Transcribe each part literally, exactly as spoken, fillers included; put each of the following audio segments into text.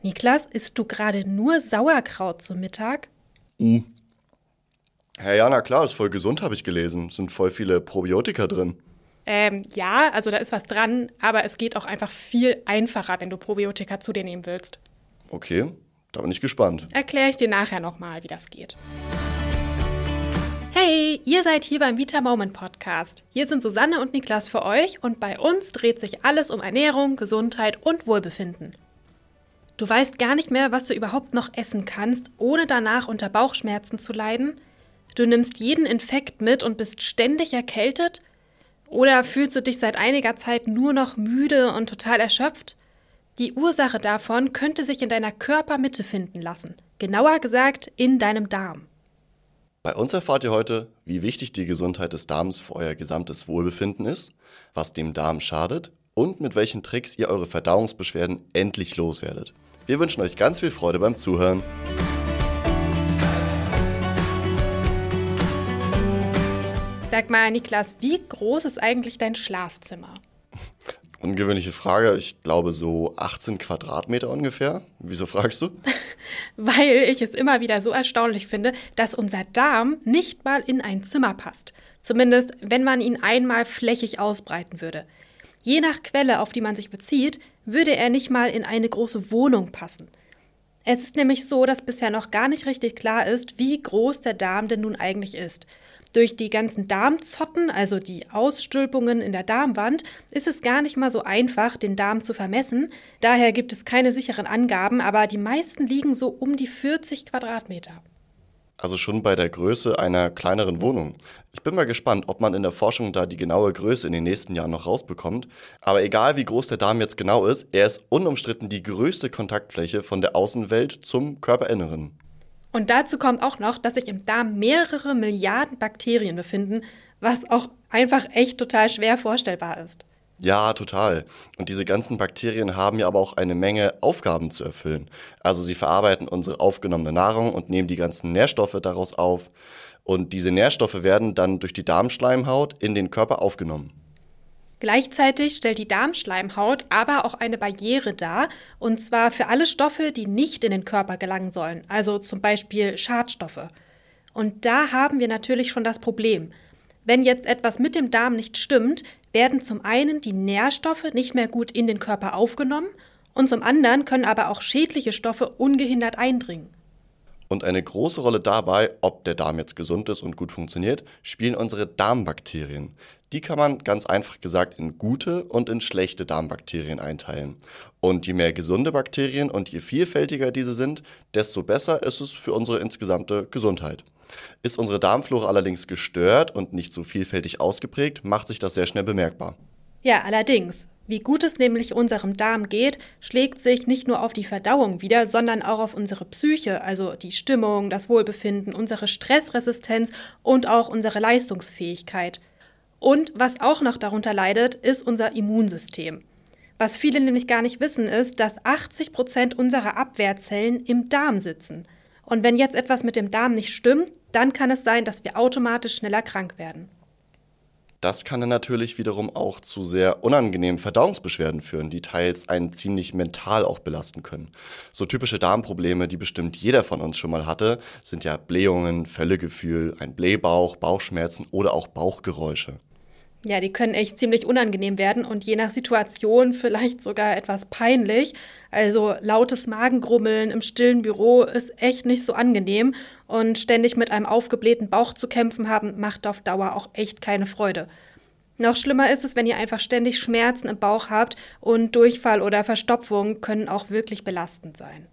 Niklas, isst du gerade nur Sauerkraut zum Mittag? Uh. Ja, ja, na klar, ist voll gesund, habe ich gelesen. Sind voll viele Probiotika drin. Ähm, ja, also da ist was dran, aber es geht auch einfach viel einfacher, wenn du Probiotika zu dir nehmen willst. Okay, da bin ich gespannt. Erkläre ich dir nachher nochmal, wie das geht. Hey, ihr seid hier beim Vita Moment Podcast. Hier sind Susanne und Niklas für euch und bei uns dreht sich alles um Ernährung, Gesundheit und Wohlbefinden. Du weißt gar nicht mehr, was du überhaupt noch essen kannst, ohne danach unter Bauchschmerzen zu leiden? Du nimmst jeden Infekt mit und bist ständig erkältet? Oder fühlst du dich seit einiger Zeit nur noch müde und total erschöpft? Die Ursache davon könnte sich in deiner Körpermitte finden lassen. Genauer gesagt, in deinem Darm. Bei uns erfahrt ihr heute, wie wichtig die Gesundheit des Darms für euer gesamtes Wohlbefinden ist, was dem Darm schadet und mit welchen Tricks ihr eure Verdauungsbeschwerden endlich loswerdet. Wir wünschen euch ganz viel Freude beim Zuhören. Sag mal, Niklas, wie groß ist eigentlich dein Schlafzimmer? Ungewöhnliche Frage, ich glaube so achtzehn Quadratmeter ungefähr. Wieso fragst du? Weil ich es immer wieder so erstaunlich finde, dass unser Darm nicht mal in ein Zimmer passt. Zumindest, wenn man ihn einmal flächig ausbreiten würde. Je nach Quelle, auf die man sich bezieht, würde er nicht mal in eine große Wohnung passen. Es ist nämlich so, dass bisher noch gar nicht richtig klar ist, wie groß der Darm denn nun eigentlich ist. Durch die ganzen Darmzotten, also die Ausstülpungen in der Darmwand, ist es gar nicht mal so einfach, den Darm zu vermessen. Daher gibt es keine sicheren Angaben, aber die meisten liegen so um die vierzig Quadratmeter. Also schon bei der Größe einer kleineren Wohnung. Ich bin mal gespannt, ob man in der Forschung da die genaue Größe in den nächsten Jahren noch rausbekommt. Aber egal wie groß der Darm jetzt genau ist, er ist unumstritten die größte Kontaktfläche von der Außenwelt zum Körperinneren. Und dazu kommt auch noch, dass sich im Darm mehrere Milliarden Bakterien befinden, was auch einfach echt total schwer vorstellbar ist. Ja, total. Und diese ganzen Bakterien haben ja aber auch eine Menge Aufgaben zu erfüllen. Also sie verarbeiten unsere aufgenommene Nahrung und nehmen die ganzen Nährstoffe daraus auf. Und diese Nährstoffe werden dann durch die Darmschleimhaut in den Körper aufgenommen. Gleichzeitig stellt die Darmschleimhaut aber auch eine Barriere dar, und zwar für alle Stoffe, die nicht in den Körper gelangen sollen, also zum Beispiel Schadstoffe. Und da haben wir natürlich schon das Problem. Wenn jetzt etwas mit dem Darm nicht stimmt, werden zum einen die Nährstoffe nicht mehr gut in den Körper aufgenommen und zum anderen können aber auch schädliche Stoffe ungehindert eindringen. Und eine große Rolle dabei, ob der Darm jetzt gesund ist und gut funktioniert, spielen unsere Darmbakterien. Die kann man ganz einfach gesagt in gute und in schlechte Darmbakterien einteilen. Und je mehr gesunde Bakterien und je vielfältiger diese sind, desto besser ist es für unsere insgesamte Gesundheit. Ist unsere Darmflora allerdings gestört und nicht so vielfältig ausgeprägt, macht sich das sehr schnell bemerkbar. Ja, allerdings. Wie gut es nämlich unserem Darm geht, schlägt sich nicht nur auf die Verdauung wider, sondern auch auf unsere Psyche, also die Stimmung, das Wohlbefinden, unsere Stressresistenz und auch unsere Leistungsfähigkeit. Und was auch noch darunter leidet, ist unser Immunsystem. Was viele nämlich gar nicht wissen, ist, dass achtzig Prozent unserer Abwehrzellen im Darm sitzen. Und wenn jetzt etwas mit dem Darm nicht stimmt, dann kann es sein, dass wir automatisch schneller krank werden. Das kann dann natürlich wiederum auch zu sehr unangenehmen Verdauungsbeschwerden führen, die teils einen ziemlich mental auch belasten können. So typische Darmprobleme, die bestimmt jeder von uns schon mal hatte, sind ja Blähungen, Völlegefühl, ein Blähbauch, Bauchschmerzen oder auch Bauchgeräusche. Ja, die können echt ziemlich unangenehm werden und je nach Situation vielleicht sogar etwas peinlich. Also lautes Magengrummeln im stillen Büro ist echt nicht so angenehm und ständig mit einem aufgeblähten Bauch zu kämpfen haben, macht auf Dauer auch echt keine Freude. Noch schlimmer ist es, wenn ihr einfach ständig Schmerzen im Bauch habt und Durchfall oder Verstopfung können auch wirklich belastend sein.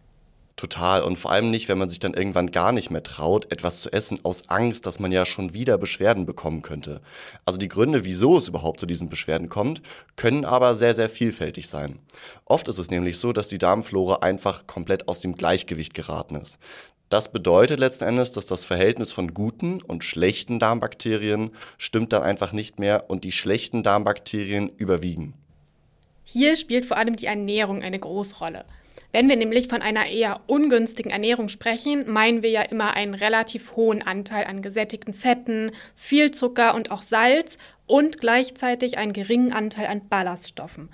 Total und vor allem nicht, wenn man sich dann irgendwann gar nicht mehr traut, etwas zu essen, aus Angst, dass man ja schon wieder Beschwerden bekommen könnte. Also die Gründe, wieso es überhaupt zu diesen Beschwerden kommt, können aber sehr, sehr vielfältig sein. Oft ist es nämlich so, dass die Darmflora einfach komplett aus dem Gleichgewicht geraten ist. Das bedeutet letzten Endes, dass das Verhältnis von guten und schlechten Darmbakterien stimmt dann einfach nicht mehr und die schlechten Darmbakterien überwiegen. Hier spielt vor allem die Ernährung eine große Rolle. Wenn wir nämlich von einer eher ungünstigen Ernährung sprechen, meinen wir ja immer einen relativ hohen Anteil an gesättigten Fetten, viel Zucker und auch Salz und gleichzeitig einen geringen Anteil an Ballaststoffen.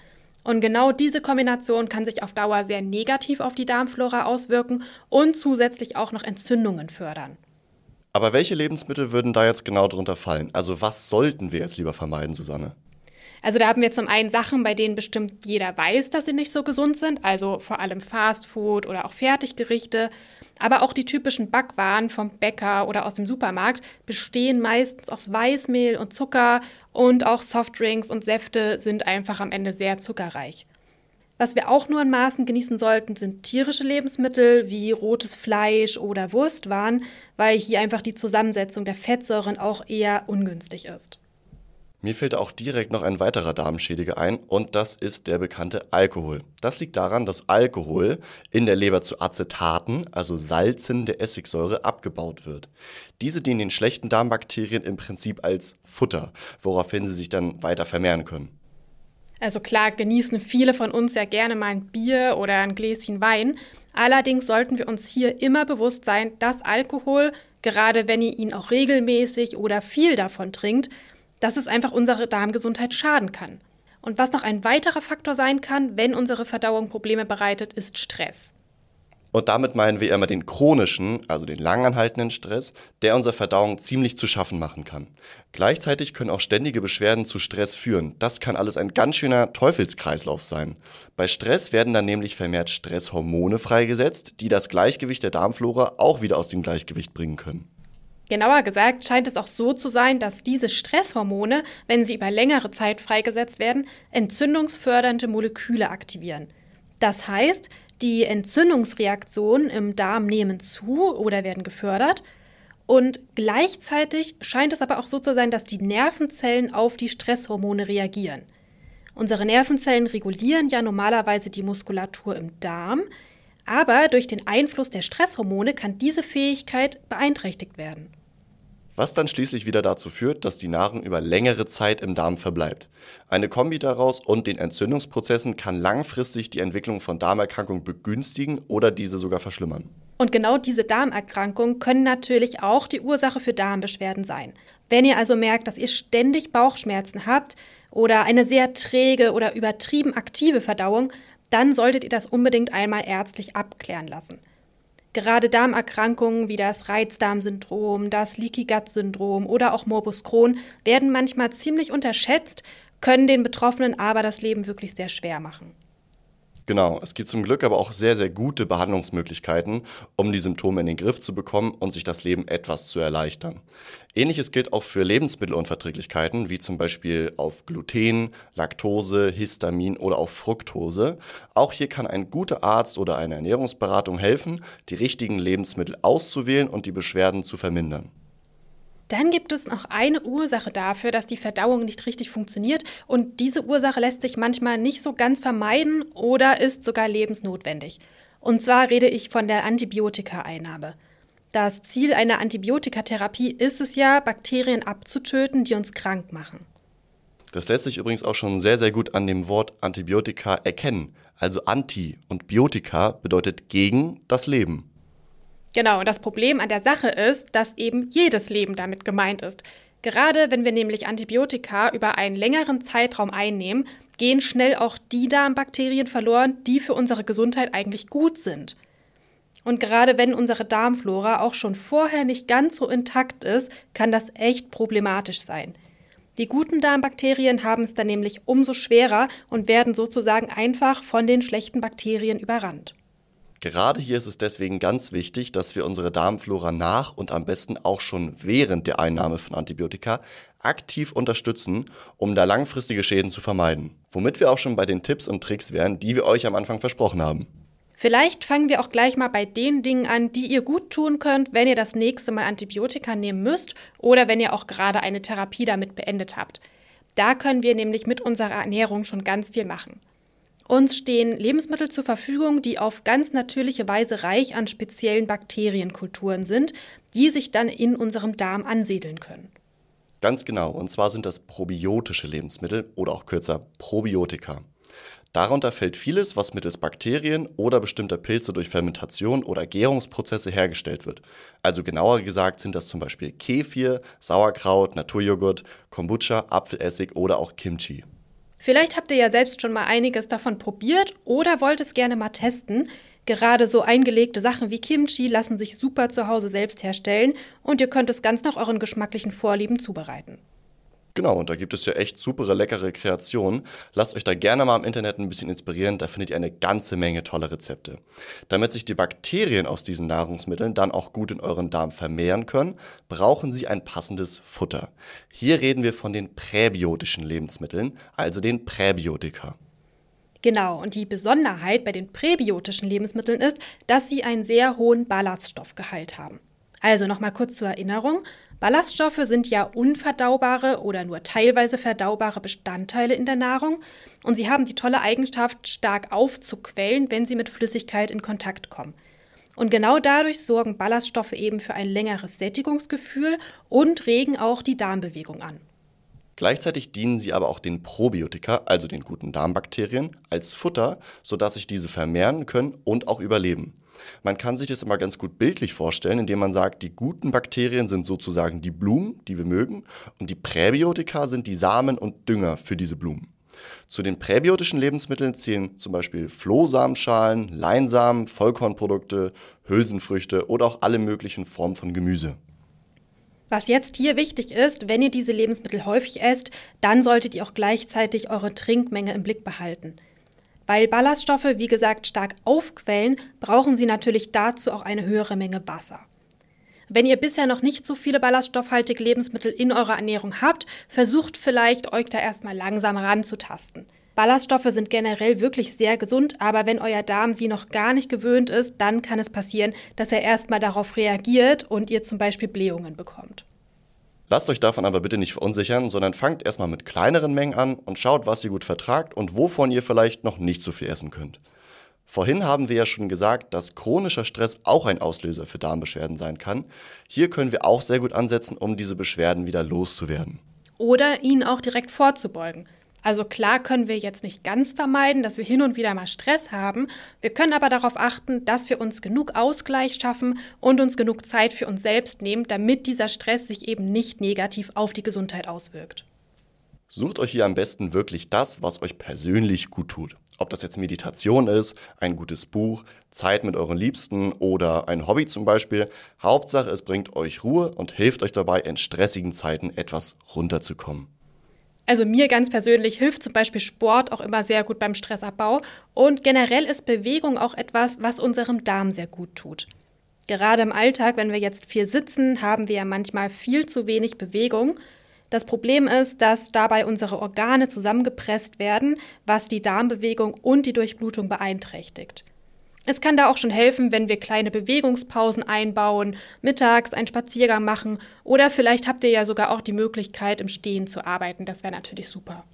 Und genau diese Kombination kann sich auf Dauer sehr negativ auf die Darmflora auswirken und zusätzlich auch noch Entzündungen fördern. Aber welche Lebensmittel würden da jetzt genau drunter fallen? Also was sollten wir jetzt lieber vermeiden, Susanne? Also da haben wir zum einen Sachen, bei denen bestimmt jeder weiß, dass sie nicht so gesund sind, also vor allem Fastfood oder auch Fertiggerichte. Aber auch die typischen Backwaren vom Bäcker oder aus dem Supermarkt bestehen meistens aus Weißmehl und Zucker und auch Softdrinks und Säfte sind einfach am Ende sehr zuckerreich. Was wir auch nur in Maßen genießen sollten, sind tierische Lebensmittel wie rotes Fleisch oder Wurstwaren, weil hier einfach die Zusammensetzung der Fettsäuren auch eher ungünstig ist. Mir fällt auch direkt noch ein weiterer Darmschädiger ein und das ist der bekannte Alkohol. Das liegt daran, dass Alkohol in der Leber zu Acetaten, also Salzen der Essigsäure, abgebaut wird. Diese dienen den schlechten Darmbakterien im Prinzip als Futter, woraufhin sie sich dann weiter vermehren können. Also klar genießen viele von uns ja gerne mal ein Bier oder ein Gläschen Wein. Allerdings sollten wir uns hier immer bewusst sein, dass Alkohol, gerade wenn ihr ihn auch regelmäßig oder viel davon trinkt, dass es einfach unserer Darmgesundheit schaden kann. Und was noch ein weiterer Faktor sein kann, wenn unsere Verdauung Probleme bereitet, ist Stress. Und damit meinen wir immer den chronischen, also den langanhaltenden Stress, der unserer Verdauung ziemlich zu schaffen machen kann. Gleichzeitig können auch ständige Beschwerden zu Stress führen. Das kann alles ein ganz schöner Teufelskreislauf sein. Bei Stress werden dann nämlich vermehrt Stresshormone freigesetzt, die das Gleichgewicht der Darmflora auch wieder aus dem Gleichgewicht bringen können. Genauer gesagt scheint es auch so zu sein, dass diese Stresshormone, wenn sie über längere Zeit freigesetzt werden, entzündungsfördernde Moleküle aktivieren. Das heißt, die Entzündungsreaktionen im Darm nehmen zu oder werden gefördert und gleichzeitig scheint es aber auch so zu sein, dass die Nervenzellen auf die Stresshormone reagieren. Unsere Nervenzellen regulieren ja normalerweise die Muskulatur im Darm, aber durch den Einfluss der Stresshormone kann diese Fähigkeit beeinträchtigt werden. Was dann schließlich wieder dazu führt, dass die Nahrung über längere Zeit im Darm verbleibt. Eine Kombi daraus und den Entzündungsprozessen kann langfristig die Entwicklung von Darmerkrankungen begünstigen oder diese sogar verschlimmern. Und genau diese Darmerkrankungen können natürlich auch die Ursache für Darmbeschwerden sein. Wenn ihr also merkt, dass ihr ständig Bauchschmerzen habt oder eine sehr träge oder übertrieben aktive Verdauung, dann solltet ihr das unbedingt einmal ärztlich abklären lassen. Gerade Darmerkrankungen wie das Reizdarmsyndrom, das Leaky Gut Syndrom oder auch Morbus Crohn werden manchmal ziemlich unterschätzt, können den Betroffenen aber das Leben wirklich sehr schwer machen. Genau, es gibt zum Glück aber auch sehr, sehr gute Behandlungsmöglichkeiten, um die Symptome in den Griff zu bekommen und sich das Leben etwas zu erleichtern. Ähnliches gilt auch für Lebensmittelunverträglichkeiten, wie zum Beispiel auf Gluten, Laktose, Histamin oder auch Fructose. Auch hier kann ein guter Arzt oder eine Ernährungsberatung helfen, die richtigen Lebensmittel auszuwählen und die Beschwerden zu vermindern. Dann gibt es noch eine Ursache dafür, dass die Verdauung nicht richtig funktioniert und diese Ursache lässt sich manchmal nicht so ganz vermeiden oder ist sogar lebensnotwendig. Und zwar rede ich von der Antibiotikaeinnahme. Das Ziel einer Antibiotikatherapie ist es ja, Bakterien abzutöten, die uns krank machen. Das lässt sich übrigens auch schon sehr, sehr gut an dem Wort Antibiotika erkennen. Also Anti und Biotika bedeutet gegen das Leben. Genau, und das Problem an der Sache ist, dass eben jedes Leben damit gemeint ist. Gerade wenn wir nämlich Antibiotika über einen längeren Zeitraum einnehmen, gehen schnell auch die Darmbakterien verloren, die für unsere Gesundheit eigentlich gut sind. Und gerade wenn unsere Darmflora auch schon vorher nicht ganz so intakt ist, kann das echt problematisch sein. Die guten Darmbakterien haben es dann nämlich umso schwerer und werden sozusagen einfach von den schlechten Bakterien überrannt. Gerade hier ist es deswegen ganz wichtig, dass wir unsere Darmflora nach und am besten auch schon während der Einnahme von Antibiotika aktiv unterstützen, um da langfristige Schäden zu vermeiden. Womit wir auch schon bei den Tipps und Tricks wären, die wir euch am Anfang versprochen haben. Vielleicht fangen wir auch gleich mal bei den Dingen an, die ihr gut tun könnt, wenn ihr das nächste Mal Antibiotika nehmen müsst oder wenn ihr auch gerade eine Therapie damit beendet habt. Da können wir nämlich mit unserer Ernährung schon ganz viel machen. Uns stehen Lebensmittel zur Verfügung, die auf ganz natürliche Weise reich an speziellen Bakterienkulturen sind, die sich dann in unserem Darm ansiedeln können. Ganz genau, und zwar sind das probiotische Lebensmittel oder auch kürzer Probiotika. Darunter fällt vieles, was mittels Bakterien oder bestimmter Pilze durch Fermentation oder Gärungsprozesse hergestellt wird. Also genauer gesagt sind das zum Beispiel Kefir, Sauerkraut, Naturjoghurt, Kombucha, Apfelessig oder auch Kimchi. Vielleicht habt ihr ja selbst schon mal einiges davon probiert oder wollt es gerne mal testen. Gerade so eingelegte Sachen wie Kimchi lassen sich super zu Hause selbst herstellen und ihr könnt es ganz nach euren geschmacklichen Vorlieben zubereiten. Genau, und da gibt es ja echt super leckere Kreationen. Lasst euch da gerne mal im Internet ein bisschen inspirieren, da findet ihr eine ganze Menge tolle Rezepte. Damit sich die Bakterien aus diesen Nahrungsmitteln dann auch gut in euren Darm vermehren können, brauchen sie ein passendes Futter. Hier reden wir von den präbiotischen Lebensmitteln, also den Präbiotika. Genau, und die Besonderheit bei den präbiotischen Lebensmitteln ist, dass sie einen sehr hohen Ballaststoffgehalt haben. Also nochmal kurz zur Erinnerung. Ballaststoffe sind ja unverdaubare oder nur teilweise verdaubare Bestandteile in der Nahrung und sie haben die tolle Eigenschaft, stark aufzuquellen, wenn sie mit Flüssigkeit in Kontakt kommen. Und genau dadurch sorgen Ballaststoffe eben für ein längeres Sättigungsgefühl und regen auch die Darmbewegung an. Gleichzeitig dienen sie aber auch den Probiotika, also den guten Darmbakterien, als Futter, sodass sich diese vermehren können und auch überleben. Man kann sich das immer ganz gut bildlich vorstellen, indem man sagt, die guten Bakterien sind sozusagen die Blumen, die wir mögen, und die Präbiotika sind die Samen und Dünger für diese Blumen. Zu den präbiotischen Lebensmitteln zählen zum Beispiel Flohsamenschalen, Leinsamen, Vollkornprodukte, Hülsenfrüchte oder auch alle möglichen Formen von Gemüse. Was jetzt hier wichtig ist, wenn ihr diese Lebensmittel häufig esst, dann solltet ihr auch gleichzeitig eure Trinkmenge im Blick behalten. Weil Ballaststoffe, wie gesagt, stark aufquellen, brauchen sie natürlich dazu auch eine höhere Menge Wasser. Wenn ihr bisher noch nicht so viele ballaststoffhaltige Lebensmittel in eurer Ernährung habt, versucht vielleicht, euch da erstmal langsam ranzutasten. Ballaststoffe sind generell wirklich sehr gesund, aber wenn euer Darm sie noch gar nicht gewöhnt ist, dann kann es passieren, dass er erstmal darauf reagiert und ihr zum Beispiel Blähungen bekommt. Lasst euch davon aber bitte nicht verunsichern, sondern fangt erstmal mit kleineren Mengen an und schaut, was ihr gut vertragt und wovon ihr vielleicht noch nicht so viel essen könnt. Vorhin haben wir ja schon gesagt, dass chronischer Stress auch ein Auslöser für Darmbeschwerden sein kann. Hier können wir auch sehr gut ansetzen, um diese Beschwerden wieder loszuwerden. Oder ihnen auch direkt vorzubeugen. Also klar können wir jetzt nicht ganz vermeiden, dass wir hin und wieder mal Stress haben. Wir können aber darauf achten, dass wir uns genug Ausgleich schaffen und uns genug Zeit für uns selbst nehmen, damit dieser Stress sich eben nicht negativ auf die Gesundheit auswirkt. Sucht euch hier am besten wirklich das, was euch persönlich gut tut. Ob das jetzt Meditation ist, ein gutes Buch, Zeit mit euren Liebsten oder ein Hobby zum Beispiel. Hauptsache, es bringt euch Ruhe und hilft euch dabei, in stressigen Zeiten etwas runterzukommen. Also mir ganz persönlich hilft zum Beispiel Sport auch immer sehr gut beim Stressabbau und generell ist Bewegung auch etwas, was unserem Darm sehr gut tut. Gerade im Alltag, wenn wir jetzt viel sitzen, haben wir ja manchmal viel zu wenig Bewegung. Das Problem ist, dass dabei unsere Organe zusammengepresst werden, was die Darmbewegung und die Durchblutung beeinträchtigt. Es kann da auch schon helfen, wenn wir kleine Bewegungspausen einbauen, mittags einen Spaziergang machen oder vielleicht habt ihr ja sogar auch die Möglichkeit, im Stehen zu arbeiten. Das wäre natürlich super.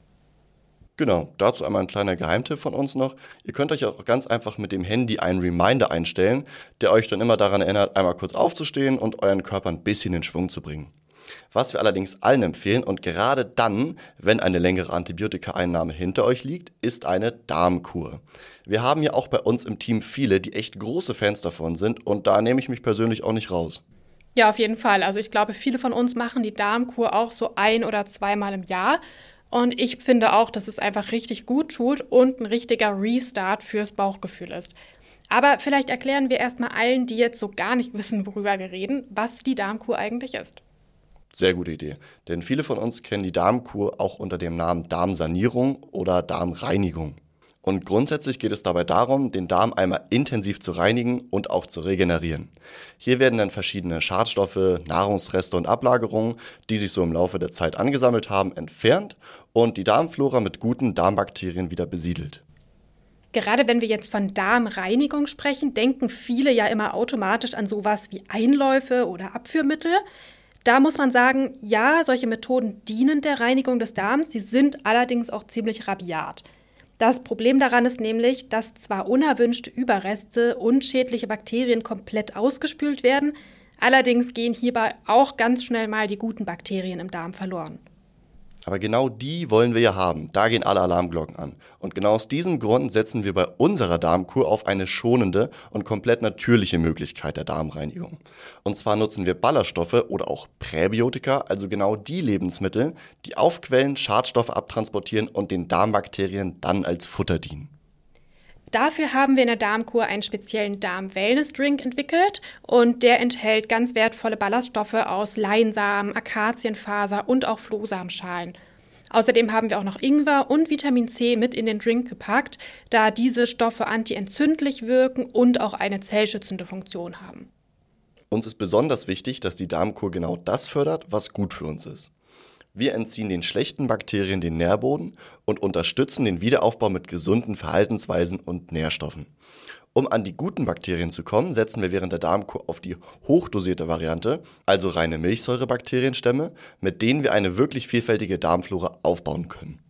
Genau, dazu einmal ein kleiner Geheimtipp von uns noch. Ihr könnt euch auch ganz einfach mit dem Handy einen Reminder einstellen, der euch dann immer daran erinnert, einmal kurz aufzustehen und euren Körper ein bisschen in Schwung zu bringen. Was wir allerdings allen empfehlen und gerade dann, wenn eine längere Antibiotikaeinnahme hinter euch liegt, ist eine Darmkur. Wir haben ja auch bei uns im Team viele, die echt große Fans davon sind und da nehme ich mich persönlich auch nicht raus. Ja, auf jeden Fall. Also ich glaube, viele von uns machen die Darmkur auch so ein- oder zweimal im Jahr. Und ich finde auch, dass es einfach richtig gut tut und ein richtiger Restart fürs Bauchgefühl ist. Aber vielleicht erklären wir erstmal allen, die jetzt so gar nicht wissen, worüber wir reden, was die Darmkur eigentlich ist. Sehr gute Idee, denn viele von uns kennen die Darmkur auch unter dem Namen Darmsanierung oder Darmreinigung. Und grundsätzlich geht es dabei darum, den Darm einmal intensiv zu reinigen und auch zu regenerieren. Hier werden dann verschiedene Schadstoffe, Nahrungsreste und Ablagerungen, die sich so im Laufe der Zeit angesammelt haben, entfernt und die Darmflora mit guten Darmbakterien wieder besiedelt. Gerade wenn wir jetzt von Darmreinigung sprechen, denken viele ja immer automatisch an sowas wie Einläufe oder Abführmittel. Da muss man sagen, ja, solche Methoden dienen der Reinigung des Darms, sie sind allerdings auch ziemlich rabiat. Das Problem daran ist nämlich, dass zwar unerwünschte Überreste und schädliche Bakterien komplett ausgespült werden, allerdings gehen hierbei auch ganz schnell mal die guten Bakterien im Darm verloren. Aber genau die wollen wir ja haben. Da gehen alle Alarmglocken an. Und genau aus diesem Grund setzen wir bei unserer Darmkur auf eine schonende und komplett natürliche Möglichkeit der Darmreinigung. Und zwar nutzen wir Ballaststoffe oder auch Präbiotika, also genau die Lebensmittel, die aufquellen, Schadstoffe abtransportieren und den Darmbakterien dann als Futter dienen. Dafür haben wir in der Darmkur einen speziellen Darm-Wellness-Drink entwickelt und der enthält ganz wertvolle Ballaststoffe aus Leinsamen, Akazienfaser und auch Flohsamenschalen. Außerdem haben wir auch noch Ingwer und Vitamin C mit in den Drink gepackt, da diese Stoffe antientzündlich wirken und auch eine zellschützende Funktion haben. Uns ist besonders wichtig, dass die Darmkur genau das fördert, was gut für uns ist. Wir entziehen den schlechten Bakterien den Nährboden und unterstützen den Wiederaufbau mit gesunden Verhaltensweisen und Nährstoffen. Um an die guten Bakterien zu kommen, setzen wir während der Darmkur auf die hochdosierte Variante, also reine Milchsäurebakterienstämme, mit denen wir eine wirklich vielfältige Darmflora aufbauen können.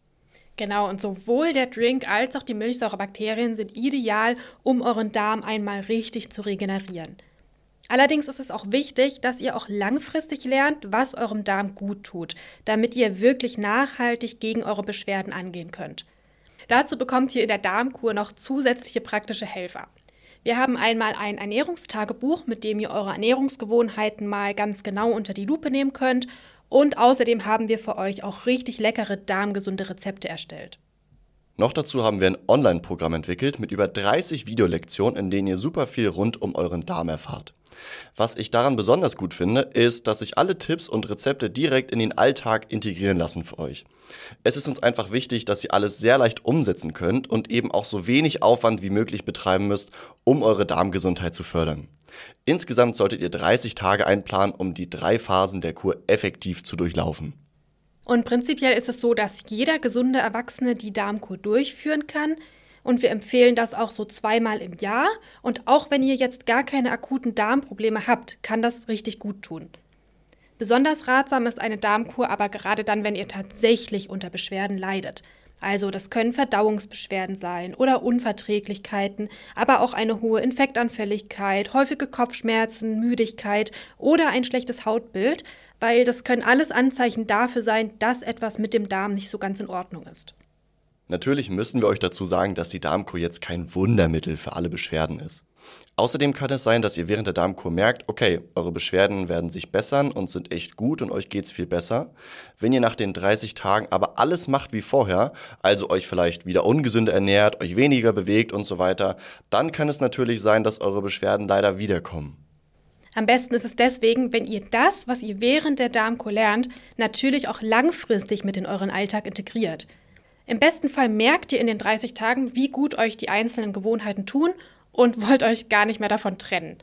Genau, und sowohl der Drink als auch die Milchsäurebakterien sind ideal, um euren Darm einmal richtig zu regenerieren. Allerdings ist es auch wichtig, dass ihr auch langfristig lernt, was eurem Darm gut tut, damit ihr wirklich nachhaltig gegen eure Beschwerden angehen könnt. Dazu bekommt ihr in der Darmkur noch zusätzliche praktische Helfer. Wir haben einmal ein Ernährungstagebuch, mit dem ihr eure Ernährungsgewohnheiten mal ganz genau unter die Lupe nehmen könnt. Und außerdem haben wir für euch auch richtig leckere, darmgesunde Rezepte erstellt. Noch dazu haben wir ein Online-Programm entwickelt mit über dreißig Videolektionen, in denen ihr super viel rund um euren Darm erfahrt. Was ich daran besonders gut finde, ist, dass sich alle Tipps und Rezepte direkt in den Alltag integrieren lassen für euch. Es ist uns einfach wichtig, dass ihr alles sehr leicht umsetzen könnt und eben auch so wenig Aufwand wie möglich betreiben müsst, um eure Darmgesundheit zu fördern. Insgesamt solltet ihr dreißig Tage einplanen, um die drei Phasen der Kur effektiv zu durchlaufen. Und prinzipiell ist es so, dass jeder gesunde Erwachsene die Darmkur durchführen kann. Und wir empfehlen das auch so zweimal im Jahr. Und auch wenn ihr jetzt gar keine akuten Darmprobleme habt, kann das richtig gut tun. Besonders ratsam ist eine Darmkur aber gerade dann, wenn ihr tatsächlich unter Beschwerden leidet. Also das können Verdauungsbeschwerden sein oder Unverträglichkeiten, aber auch eine hohe Infektanfälligkeit, häufige Kopfschmerzen, Müdigkeit oder ein schlechtes Hautbild, weil das können alles Anzeichen dafür sein, dass etwas mit dem Darm nicht so ganz in Ordnung ist. Natürlich müssen wir euch dazu sagen, dass die Darmkur jetzt kein Wundermittel für alle Beschwerden ist. Außerdem kann es sein, dass ihr während der Darmkur merkt, okay, eure Beschwerden werden sich bessern und sind echt gut und euch geht's viel besser. Wenn ihr nach den dreißig Tagen aber alles macht wie vorher, also euch vielleicht wieder ungesünder ernährt, euch weniger bewegt und so weiter, dann kann es natürlich sein, dass eure Beschwerden leider wiederkommen. Am besten ist es deswegen, wenn ihr das, was ihr während der Darmkur lernt, natürlich auch langfristig mit in euren Alltag integriert. Im besten Fall merkt ihr in den dreißig Tagen, wie gut euch die einzelnen Gewohnheiten tun und wollt euch gar nicht mehr davon trennen.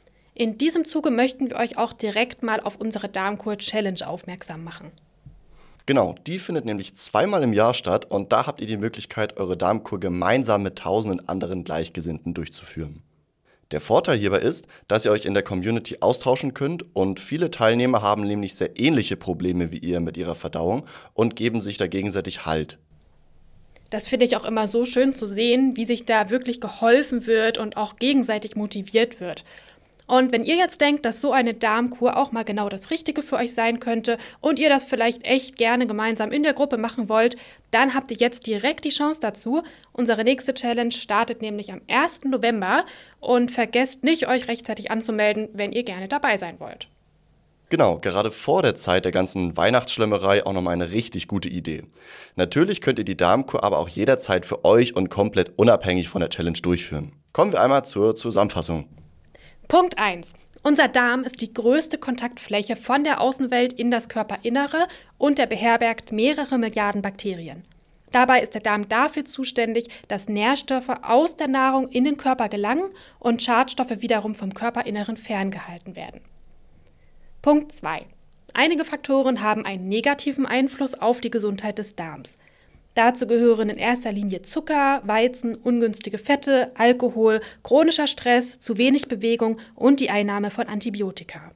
In diesem Zuge möchten wir euch auch direkt mal auf unsere Darmkur-Challenge aufmerksam machen. Genau, die findet nämlich zweimal im Jahr statt und da habt ihr die Möglichkeit, eure Darmkur gemeinsam mit tausenden anderen Gleichgesinnten durchzuführen. Der Vorteil hierbei ist, dass ihr euch in der Community austauschen könnt und viele Teilnehmer haben nämlich sehr ähnliche Probleme wie ihr mit ihrer Verdauung und geben sich da gegenseitig Halt. Das finde ich auch immer so schön zu sehen, wie sich da wirklich geholfen wird und auch gegenseitig motiviert wird. Und wenn ihr jetzt denkt, dass so eine Darmkur auch mal genau das Richtige für euch sein könnte und ihr das vielleicht echt gerne gemeinsam in der Gruppe machen wollt, dann habt ihr jetzt direkt die Chance dazu. Unsere nächste Challenge startet nämlich am ersten November und vergesst nicht, euch rechtzeitig anzumelden, wenn ihr gerne dabei sein wollt. Genau, gerade vor der Zeit der ganzen Weihnachtsschlemmerei auch nochmal eine richtig gute Idee. Natürlich könnt ihr die Darmkur aber auch jederzeit für euch und komplett unabhängig von der Challenge durchführen. Kommen wir einmal zur Zusammenfassung. Punkt eins. Unser Darm ist die größte Kontaktfläche von der Außenwelt in das Körperinnere und er beherbergt mehrere Milliarden Bakterien. Dabei ist der Darm dafür zuständig, dass Nährstoffe aus der Nahrung in den Körper gelangen und Schadstoffe wiederum vom Körperinneren ferngehalten werden. Punkt zwei. Einige Faktoren haben einen negativen Einfluss auf die Gesundheit des Darms. Dazu gehören in erster Linie Zucker, Weizen, ungünstige Fette, Alkohol, chronischer Stress, zu wenig Bewegung und die Einnahme von Antibiotika.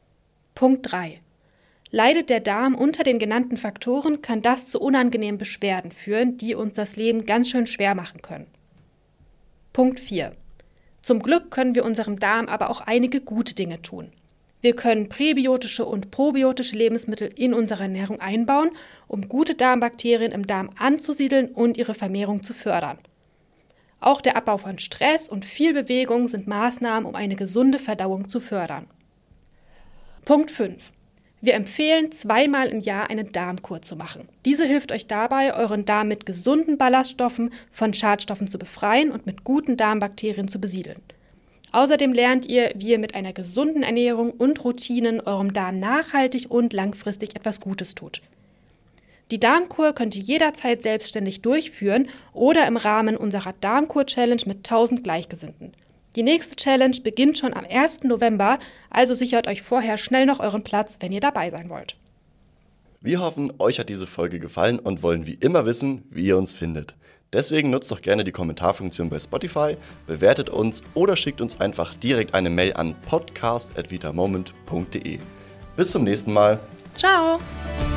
Punkt drei. Leidet der Darm unter den genannten Faktoren, kann das zu unangenehmen Beschwerden führen, die uns das Leben ganz schön schwer machen können. Punkt vier. Zum Glück können wir unserem Darm aber auch einige gute Dinge tun. Wir können präbiotische und probiotische Lebensmittel in unsere Ernährung einbauen, um gute Darmbakterien im Darm anzusiedeln und ihre Vermehrung zu fördern. Auch der Abbau von Stress und viel Bewegung sind Maßnahmen, um eine gesunde Verdauung zu fördern. Punkt fünf. Wir empfehlen, zweimal im Jahr eine Darmkur zu machen. Diese hilft euch dabei, euren Darm mit gesunden Ballaststoffen von Schadstoffen zu befreien und mit guten Darmbakterien zu besiedeln. Außerdem lernt ihr, wie ihr mit einer gesunden Ernährung und Routinen eurem Darm nachhaltig und langfristig etwas Gutes tut. Die Darmkur könnt ihr jederzeit selbstständig durchführen oder im Rahmen unserer Darmkur-Challenge mit tausend Gleichgesinnten. Die nächste Challenge beginnt schon am ersten November, also sichert euch vorher schnell noch euren Platz, wenn ihr dabei sein wollt. Wir hoffen, euch hat diese Folge gefallen und wollen wie immer wissen, wie ihr uns findet. Deswegen nutzt doch gerne die Kommentarfunktion bei Spotify, bewertet uns oder schickt uns einfach direkt eine Mail an podcast at vitamoment punkt de. Bis zum nächsten Mal. Ciao!